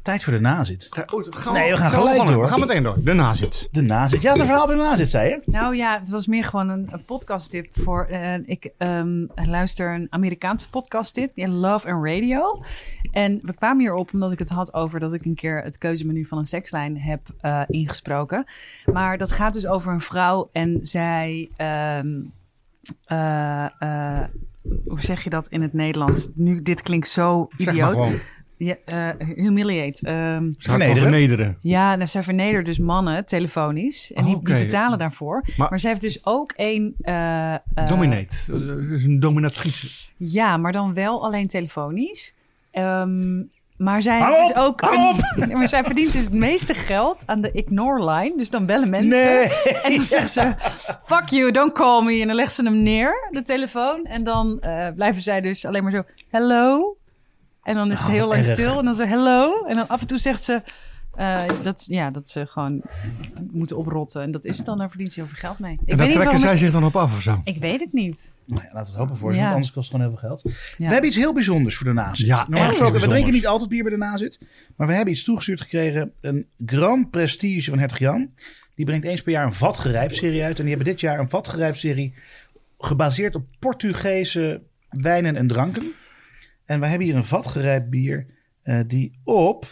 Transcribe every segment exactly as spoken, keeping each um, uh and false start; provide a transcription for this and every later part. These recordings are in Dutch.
Tijd voor de nazit. Oh, gaan nee, we gaan gelijk begonnen. door. We gaan meteen door. De nazit. De nazit. Ja, de verhaal van de nazit, zei je? Nou ja, het was meer gewoon een, een podcasttip voor... Uh, ik um, luister een Amerikaanse podcasttip, ja, Love and Radio. En we kwamen hierop omdat ik het had over dat ik een keer het keuzemenu van een sekslijn heb uh, ingesproken. Maar dat gaat dus over een vrouw en zij... Um, uh, uh, hoe zeg je dat in het Nederlands? Nu, dit klinkt zo idioot. Ja, uh, humiliate. Um, vernederen. vernederen. Ja, nou, zij vernedert dus mannen telefonisch. En die, okay. die betalen daarvoor. Maar, maar zij heeft dus ook een... Uh, uh, dominate. Dus een dominatrice. Ja, maar dan wel alleen telefonisch. Um, maar zij heeft dus ook... Een, maar zij verdient dus het meeste geld aan de ignore line. Dus dan bellen mensen. Nee. En dan zegt ze... Fuck you, don't call me. En dan legt ze hem neer, de telefoon. En dan uh, blijven zij dus alleen maar zo... Hello? En dan is het heel oh, lang erg. stil. En dan zo, hello. En dan af en toe zegt ze... Uh, dat, ja, dat ze gewoon moeten oprotten. En dat is het dan. Daar verdient ze heel veel geld mee. Ik en daar trekken zij ik... zich dan op af of zo? Ik weet het niet. Nou ja, laten we het hopen voor. Ja. Want anders kost het gewoon heel veel geld. Ja. We hebben iets heel bijzonders voor de nazit. Ja, Normaal gesproken, we drinken niet altijd bier bij de nazit. Maar we hebben iets toegestuurd gekregen. Een Grand Prestige van Hertog Jan. Die brengt eens per jaar een vatgerijpt serie uit. En die hebben dit jaar een vatgerijpt serie gebaseerd op Portugese wijnen en dranken. En we hebben hier een vatgerijpt bier uh, die op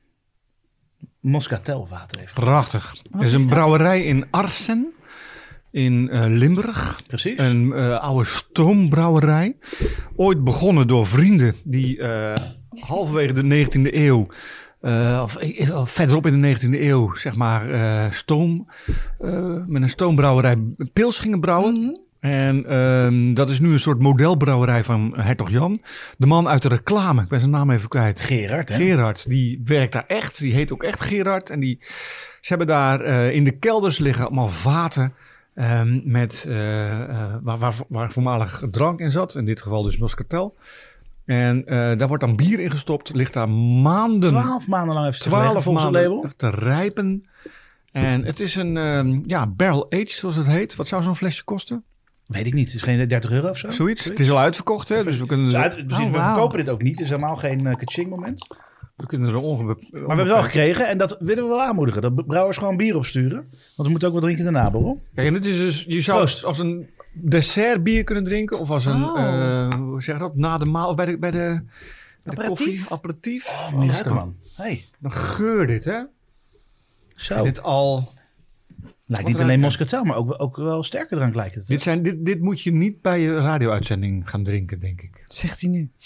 Moscatel-water heeft. Prachtig. Het is, is een dat? brouwerij in Arsen in uh, Limburg. Precies. Een uh, oude stoombrouwerij. Ooit begonnen door vrienden die uh, halverwege de negentiende eeuw... Uh, of uh, verderop in de negentiende eeuw, zeg maar, uh, stoom... Uh, met een stoombrouwerij pils gingen brouwen. Mm-hmm. En uh, dat is nu een soort modelbrouwerij van Hertog Jan. De man uit de reclame, ik ben zijn naam even kwijt. Gerard, hè? Gerard, die werkt daar echt. Die heet ook echt Gerard. En die, ze hebben daar uh, in de kelders liggen allemaal vaten um, met, uh, uh, waar, waar, waar voormalig drank in zat. In dit geval dus Moscatel. En uh, daar wordt dan bier in gestopt. Ligt daar maanden. Twaalf maanden lang heeft het Twaalf maanden label. te rijpen. En het is een um, ja, barrel aged, zoals het heet. Wat zou zo'n flesje kosten? Weet ik niet. Het is geen dertig euro of zo? Zoiets. Zoiets. Het is al uitverkocht, hè? Dus we kunnen. Dus uit, dus oh, we wow. verkopen dit ook niet. Het is helemaal geen uh, kaching moment. We kunnen er ongeveer. Maar we hebben het wel gekregen en dat willen we wel aanmoedigen. Dat brouwers gewoon bier opsturen. Want we moeten ook wat drinken daarna, bro. Kijk, en dit is dus. Je zou Proost. als een dessert bier kunnen drinken. Of als een. Oh. Uh, hoe zeg je dat? Na de maal. Of bij de, bij de, bij de koffie. Aperitief. Oh, oh ruiken, man. Hey. Dan geur dit, hè? Zo. Dit al. Lijkt niet alleen Moscatel, maar ook, ook wel sterker drank lijkt het. Dit, zijn, dit, dit moet je niet bij je radio-uitzending gaan drinken, denk ik. Wat zegt hij nu?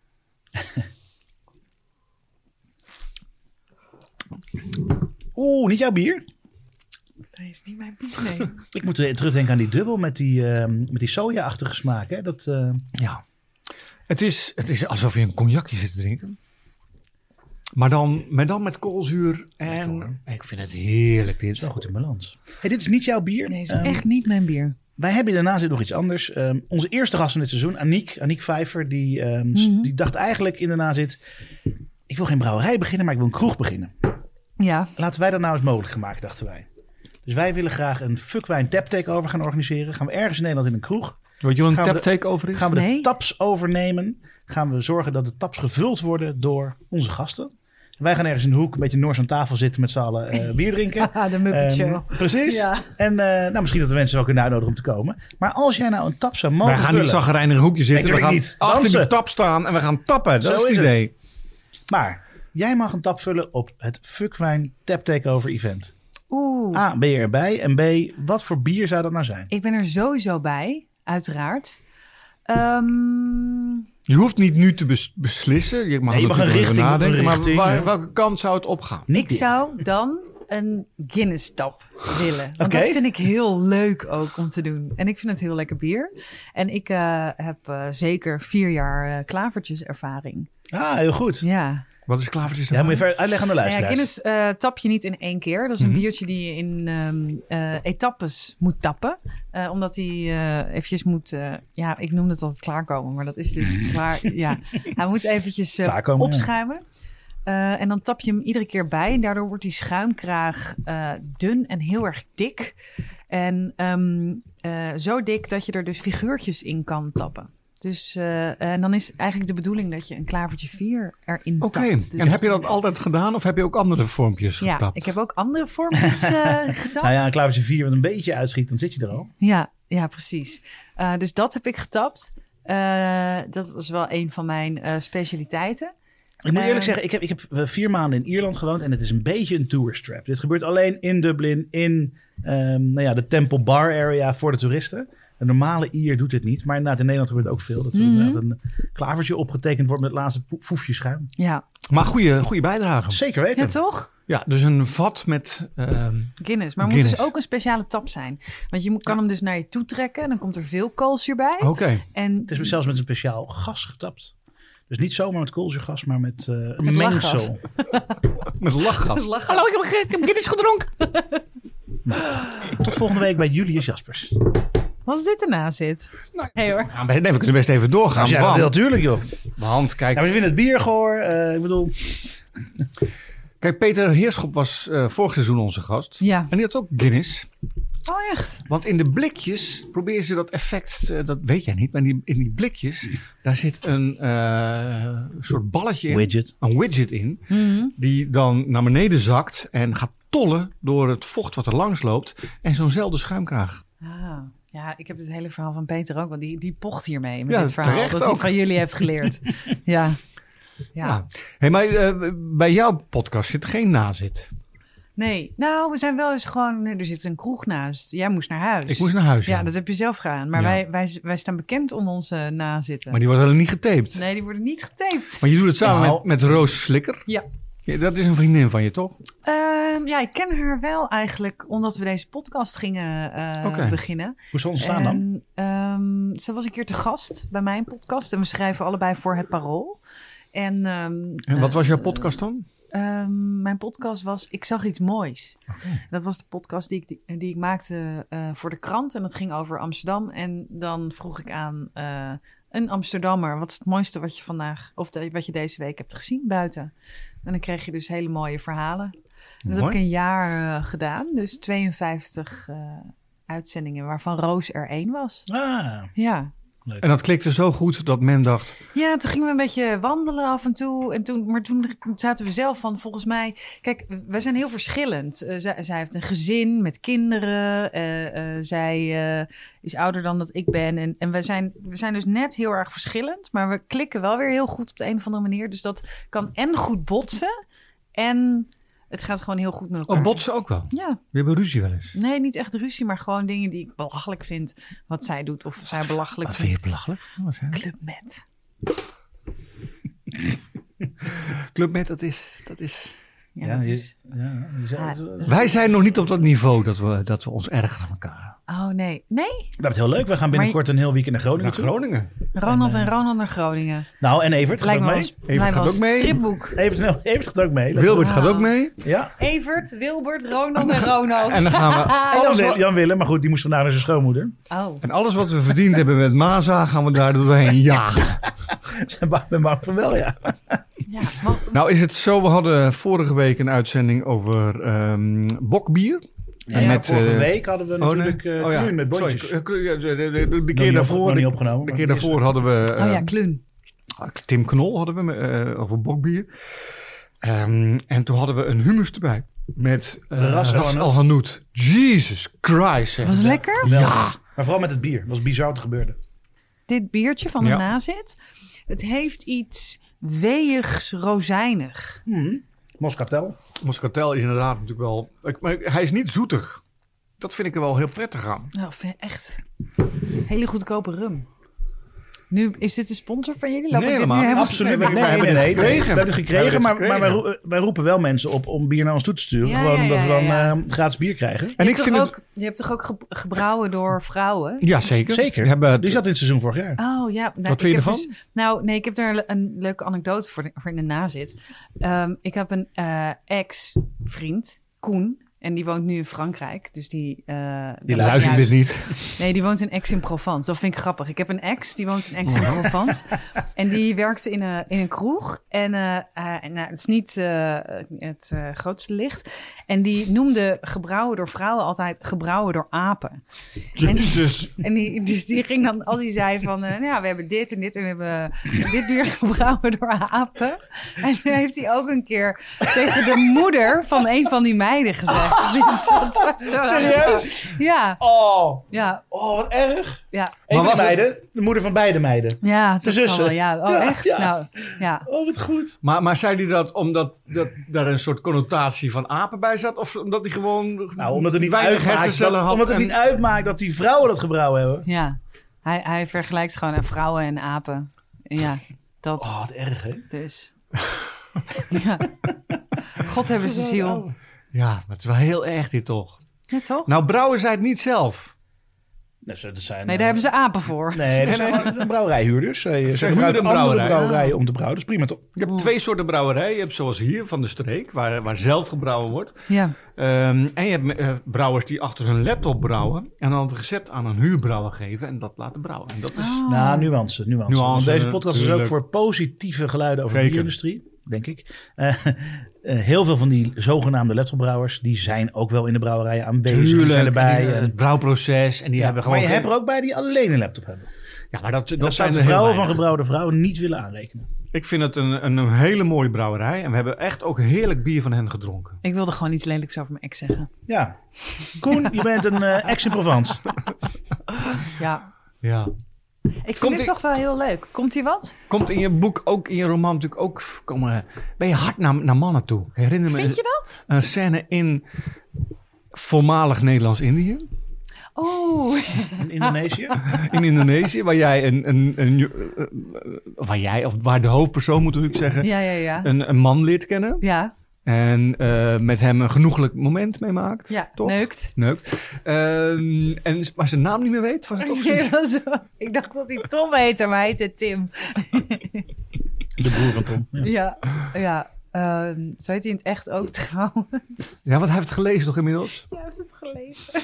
Oeh, niet jouw bier? Nee, is niet mijn bier, nee. Ik moet terugdenken aan die dubbel met die, uh, met die soja-achtige smaak. Hè? Dat, uh... Ja, het is, het is alsof je een cognacje zit te drinken. Maar dan, maar dan met koolzuur en ik vind het heerlijk. Dit is wel goed in balans. Hey, dit is niet jouw bier. Nee, het is um, echt niet mijn bier. Wij hebben daarna zit nog iets anders. Um, onze eerste gast van dit seizoen, Aniek, Aniek Vijver, die, um, mm-hmm. die dacht eigenlijk in de nazit... Ik wil geen brouwerij beginnen, maar ik wil een kroeg beginnen. Ja. Laten wij dat nou eens mogelijk gaan maken, dachten wij. Dus wij willen graag een fuckwijn tap takeover gaan organiseren. Gaan we ergens in Nederland in een kroeg. Weet je wat een tap takeover is? Gaan we de nee. taps overnemen. Gaan we zorgen dat de taps gevuld worden door onze gasten. Wij gaan ergens in de hoek een beetje Noors aan tafel zitten met z'n allen uh, bier drinken. De Muppet Show. Um, precies. Ja. En uh, nou, misschien dat de mensen wel kunnen uitnodigen om te komen. Maar als jij nou een tap zou mogen Wij gaan niet zaggerijnig in een hoekje zitten. Nee, we gaan niet. achter die tap staan en we gaan tappen. Dat Zo is het is idee. Het. Maar jij mag een tap vullen op het Fuckwijn Tap Takeover event. Oeh. A, ben je erbij? En B, wat voor bier zou dat nou zijn? Ik ben er sowieso bij, uiteraard. Um... Je hoeft niet nu te bes- beslissen. Je mag, nee, je mag een richting, nadenken. Een richting, maar waar, ja. welke kant zou het opgaan? Niet ik dit. zou dan een Guinness tap willen. Want okay. dat vind ik heel leuk ook om te doen. En ik vind het heel lekker bier. En ik uh, heb uh, zeker vier jaar uh, klavertjeservaring. Ah, heel goed. Ja. Wat is klavertjes? Ja, moet je even uitleggen aan de luisteraars. Nou ja, Guinness uh, tap je niet in één keer. Dat is een mm-hmm. biertje die je in um, uh, etappes moet tappen. Uh, omdat hij uh, eventjes moet... Uh, ja, ik noem het altijd klaarkomen. Maar dat is dus klaar... ja, hij moet eventjes uh, opschuimen. Uh, en dan tap je hem iedere keer bij. En daardoor wordt die schuimkraag uh, dun en heel erg dik. En um, uh, zo dik dat je er dus figuurtjes in kan tappen. Dus uh, en dan is eigenlijk de bedoeling dat je een klavertje vier erin Oké, tapt. okay. Dus en heb je dat altijd gedaan of heb je ook andere vormpjes ja, getapt? ik heb ook andere vormpjes uh, getapt. Nou ja, een klavertje vier wat een beetje uitschiet, dan zit je er al. Ja, ja precies. Uh, dus dat heb ik getapt. Uh, dat was wel een van mijn uh, specialiteiten. Ik moet eerlijk Uh, zeggen, ik heb, ik heb vier maanden in Ierland gewoond en het is een beetje een tourist trap. Dit gebeurt alleen in Dublin, in um, nou ja, de Temple Bar area voor de toeristen. Een normale Ier doet dit niet, maar inderdaad in Nederland gebeurt het ook veel. Dat er Mhm. inderdaad een klavertje opgetekend wordt met het laatste poe- foefje schuim. Ja, Maar goede, goede bijdrage. Zeker weten. ja toch? Ja, dus een vat met... ehm, Guinness. Maar het moet Guinness. dus ook een speciale tap zijn. Want je moet, kan hem dus naar je toe trekken. Dan komt er veel koolzuur bij. Oké. Okay. En Het is zelfs met een speciaal gas getapt. Dus niet zomaar met koolzuurgas, maar met uh, Met lachgas. mengsel. Met lachgas. Hallo, ik heb, ik heb Guinness gedronken. Tot volgende week bij Julius Jaspers. Wat is dit erna zit? Nou, Hey hoor. Ja, nee, we kunnen best even doorgaan. Als jij dat want, wil, tuurlijk joh. want kijk, Ja, we vinden het bier goor. Uh, ik bedoel, kijk, Peter Heerschop was uh, vorig seizoen onze gast. Ja. En die had ook Guinness. Oh, echt? Want in de blikjes proberen ze dat effect, uh, dat weet jij niet, maar in die, in die blikjes, daar zit een uh, soort balletje in. widget. Een widget in. Mm-hmm. Die dan naar beneden zakt en gaat tollen door het vocht wat er langs loopt. En zo'nzelfde schuimkraag. Ah. Ja, ik heb het hele verhaal van Peter ook. Want die, die pocht hiermee met Ja, dit verhaal. terecht Dat hij ook. van jullie heeft geleerd. ja. Ja. Ja. Hey, maar uh, bij jouw podcast zit geen nazit. Nee, nou, we zijn wel eens gewoon... Er zit een kroeg naast. Jij moest naar huis. Ik moest naar huis, ja. Ja, dat heb je zelf gedaan. Maar Ja. wij, wij, wij staan bekend om onze nazitten. Maar die wordt helemaal niet getaped. Nee, die worden niet getaped. Maar je doet het samen Nou. met, met Roos Slikker. Ja. Ja, dat is een vriendin van je, toch? Um, ja, ik ken haar wel eigenlijk omdat we deze podcast gingen uh, Oké. beginnen. Hoe is het ontstaan dan? En, um, ze was een keer te gast bij mijn podcast. En we schrijven allebei voor Het Parool. En, um, En wat was jouw uh, podcast dan? Um, mijn podcast was Ik zag iets moois. Okay. Dat was de podcast die ik, die, die ik maakte uh, voor de krant. En dat ging over Amsterdam. En dan vroeg ik aan uh, een Amsterdammer... wat is het mooiste wat je vandaag... of de, wat je deze week hebt gezien buiten? En dan kreeg je dus hele mooie verhalen. En dat Mooi. heb ik een jaar uh, gedaan. Dus tweeënvijftig uh, uitzendingen... waarvan Roos er één was. Ah, Ja. En dat klikte zo goed dat men dacht... Ja, toen gingen we een beetje wandelen af en toe. En toen, maar toen zaten we zelf van, volgens mij... Kijk, wij zijn heel verschillend. Uh, zij, zij heeft een gezin met kinderen. Uh, uh, zij uh, is ouder dan dat ik ben. En, en we, zijn, we zijn dus net heel erg verschillend. Maar we klikken wel weer heel goed op de een of andere manier. Dus dat kan en goed botsen. En het gaat gewoon heel goed met elkaar. Oh, botsen ook wel. Ja. We hebben ruzie wel eens. Nee, niet echt ruzie, maar gewoon dingen die ik belachelijk vind. Wat zij doet of zij belachelijk Wat vind vindt. je belachelijk? Wat zei je? Club Med. Club Med, dat is... Dat is... Ja, ja, dat je- is... ja, je zei- Ah. Wij zijn nog niet op dat niveau dat we, dat we ons ergeren aan elkaar. Oh nee. Nee? We hebben het heel leuk. We gaan binnenkort een heel weekend naar Groningen Naar toe. Groningen. Ronald En, en uh, Ronald naar Groningen. Nou, en Evert gaat Lijkt ook me mee. als, Evert lijkt me gaat als ook mee. stripboek. Evert, nou, Evert gaat ook mee. Leuk. Wilbert Ah. gaat ook mee. Ja. Evert, Wilbert, Ronald en Ronald. En dan gaan we En alles Jan, wat, Jan Willem, maar goed, die moest vandaag naar zijn schoonmoeder. Oh. en alles wat we verdiend hebben met Maza gaan we daar doorheen jagen. Zijn bang, ben bang voor wel, ja. Ja, maar, Nou is het zo, we hadden vorige week een uitzending over ehm, bokbier. Ja, En met, vorige eh, week hadden we Oh, nee. natuurlijk uh, Oh, ja. Kluun met bondjes. Sorry, eh, Kru- ja, de, de, de, de Nog keer niet op- daarvoor, nog niet de, opgenomen. de maar keer die is daarvoor er. hadden we oh ja, eh, Kluun. Tim Knol hadden we eh, over bokbier. Ehm, en toen hadden we een hummus erbij met uh, Ras El Ras Hanout. El Hanout. Jesus Christ. zeg. Was het lekker? Geweldig. Ja. Maar vooral met het bier. Dat was bizar wat er gebeurde. Dit biertje van de Ja. nazit. Het heeft iets weeïgs rozijnig. Hmm. Moscatel. Moscatel is inderdaad natuurlijk wel... ik- Maar hij is niet zoetig. Dat vind ik er wel heel prettig aan. Nou, vind ik echt hele goedkope rum. Nu, is dit een sponsor van jullie? Loop Nee, ik dit nu helemaal helemaal... niet. Absoluut. Nee, Nee, wij- nee, wij nee. hebben nee, dit gekregen. We hebben het We hebben gekregen, dit maar, maar wij, gekregen. roe- wij roepen wel mensen op om bier naar ons toe te sturen. Ja, gewoon ja, omdat ja, we dan ja. eh, gratis bier krijgen. En je, ik hebt vind toch het... ook, je hebt toch ook ge- gebrouwen door vrouwen? Ja, zeker. Zeker. We hebben, Die zat in het seizoen vorig jaar. Oh ja. Nou, Wat vind je ik heb ervan? dus- nou, nee, ik heb daar een leuke anekdote voor, de- voor in de nazit. Um, ik heb een uh, ex-vriend, Koen. En die woont nu in Frankrijk. Dus die... Uh, die luistert dit niet. Nee, die woont in Aix-in-Provence. Dat vind ik grappig. Ik heb een ex, die woont in Aix-in-Provence. En die werkte in een, in een kroeg. En uh, uh, nou, het is niet uh, het uh, grootste licht. En die noemde gebrouwen door vrouwen altijd gebrouwen door apen. Jezus. En, en die, dus die ging dan, als hij zei van... Uh, nou ja, we hebben dit en dit en we hebben dit bier gebrouwen door apen. En toen heeft hij ook een keer tegen de moeder van een van die meiden gezegd. Dus dat was zo Serieus? Ja. Oh. Ja. Oh, wat erg. Ja. Een van de was meiden, het... de moeder van beide meiden. Ja, de dat zussen. zal, ja. Oh, Ja, echt? ja. Nou, ja. Oh, wat goed. Maar, maar zei hij dat omdat dat, daar een soort connotatie van apen bij zat? Of omdat hij gewoon Nou, omdat het niet weinig uitmaakt hersencellen dat, had? omdat het en- niet uitmaakt dat die vrouwen dat gebrouwen hebben. Ja. Hij, hij vergelijkt gewoon aan vrouwen en apen. Ja, dat Oh, wat erg, hè? dus. Ja. God hebben ze ziel. Ja, maar het is wel heel erg dit toch. Ja, toch? Nou, brouwen zij het niet zelf. Nee, dat zijn, Nee, daar hebben ze apen voor. Nee, dat zijn gewoon brouwerijhuurders. Ze, ze huren gebruiken een andere brouwerij. brouwerijen om te brouwen. Dat is prima toch? Je hebt twee soorten brouwerijen. Je hebt zoals hier van de streek, waar, waar zelf gebrouwen wordt. Ja. Um, en je hebt uh, brouwers die achter zijn laptop brouwen. En dan het recept aan een huurbrouwer geven en dat laten brouwen. En dat is... Oh. Nou, nuance, nuance. Nuance, Want deze podcast is ook tuurlijk. voor positieve geluiden over Zeker. de bierindustrie, denk ik. Uh, uh, heel veel van die zogenaamde laptopbrouwers, die zijn ook wel in de brouwerijen aanwezig. Die zijn Tuurlijk, erbij. en die, uh, en- het brouwproces. En die ja, hebben gewoon... maar je geen- hebt er ook bij die alleen een laptop hebben. Ja, maar dat, dat, Dat zijn zou de er heel vrouwen van weinig. gebrouwde vrouwen niet willen aanrekenen. Ik vind het een, een, een hele mooie brouwerij. En we hebben echt ook heerlijk bier van hen gedronken. Ik wilde gewoon iets lelijks over mijn ex zeggen. Ja. Koen, je bent een uh, ex-in-Provence. Ja. Ja. Ik vind Komt dit ie- toch wel heel leuk. Komt hier wat? Komt in je boek ook, in je roman natuurlijk ook... Komen, ben je hard naar, naar mannen toe? Herinner me Vind je dat? een scène in voormalig Nederlands-Indië. Oh. In Indonesië. In Indonesië, waar jij een... een, een, uh, uh, waar jij, of waar de hoofdpersoon moet ik zeggen... Ja, ja, ja. Een, een man leert kennen. Ja, En uh, met hem een genoeglijk moment meemaakt. ja. toch? Neukt. Neukt. Um, en, maar zijn naam niet meer weet? Was het toch Nee, was zo. Ik dacht dat hij Tom heette, maar hij heette Tim. De broer van Tom. Ja. Ja, ja. Um, zo heet hij in het echt ook trouwens. Ja, want hij heeft het gelezen toch inmiddels? Jij hebt het gelezen.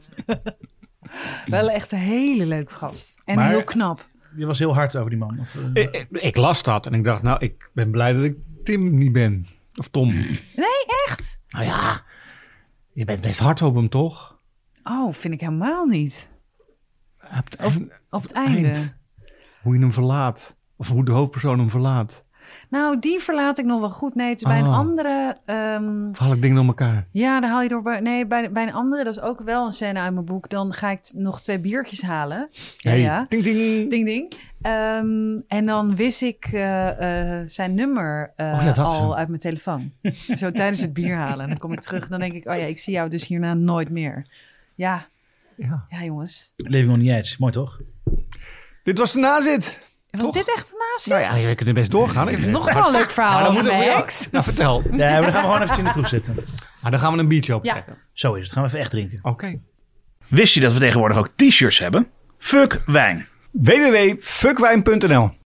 Wel echt een hele leuke gast. En Maar- heel knap. Je was heel hard over die man. Of, uh, Ik, ik, ik las dat en ik dacht, nou, ik ben blij dat ik Tim niet ben. Of Tom. Nee, echt? Nou ja, je bent best hard op hem, toch? Oh, vind ik helemaal niet. Op het Of- eind- Op het einde. eind. Hoe je hem verlaat. Of hoe de hoofdpersoon hem verlaat. Nou, die verlaat ik nog wel goed. Nee, het is bij een Ah. andere... ehm, Of haal ik dingen door elkaar? ja, daar haal je door... bij- Nee, bij, bij een andere, dat is ook wel een scène uit mijn boek. Dan ga ik t- nog twee biertjes halen. Ja, Hey, ja. Ding, ding. Ding, ding. Ehm, en dan wist ik eh, eh, zijn nummer eh, Oh ja, dat is al hem. uit mijn telefoon. Zo tijdens het bier halen. En dan kom ik terug en dan denk ik... Oh ja, ik zie jou dus hierna nooit meer. Ja, Ja. ja jongens. Living on the Edge. Mooi toch? Dit was de nazit. Was Toch? dit echt een nazit? Nou ja, je kunt best doorgaan. Ik vind Nog wel een leuk verhaal Nou, dan over moeten we mijn voor ex. jou- Nou, vertel. Nee, maar dan gaan we gewoon even in de kroeg zitten. Maar dan gaan we een biertje optrekken. Zo is het. Gaan we even echt drinken. Oké. Wist je dat we tegenwoordig ook t-shirts hebben? Fuck wijn. w w w punt fuckwijn punt n l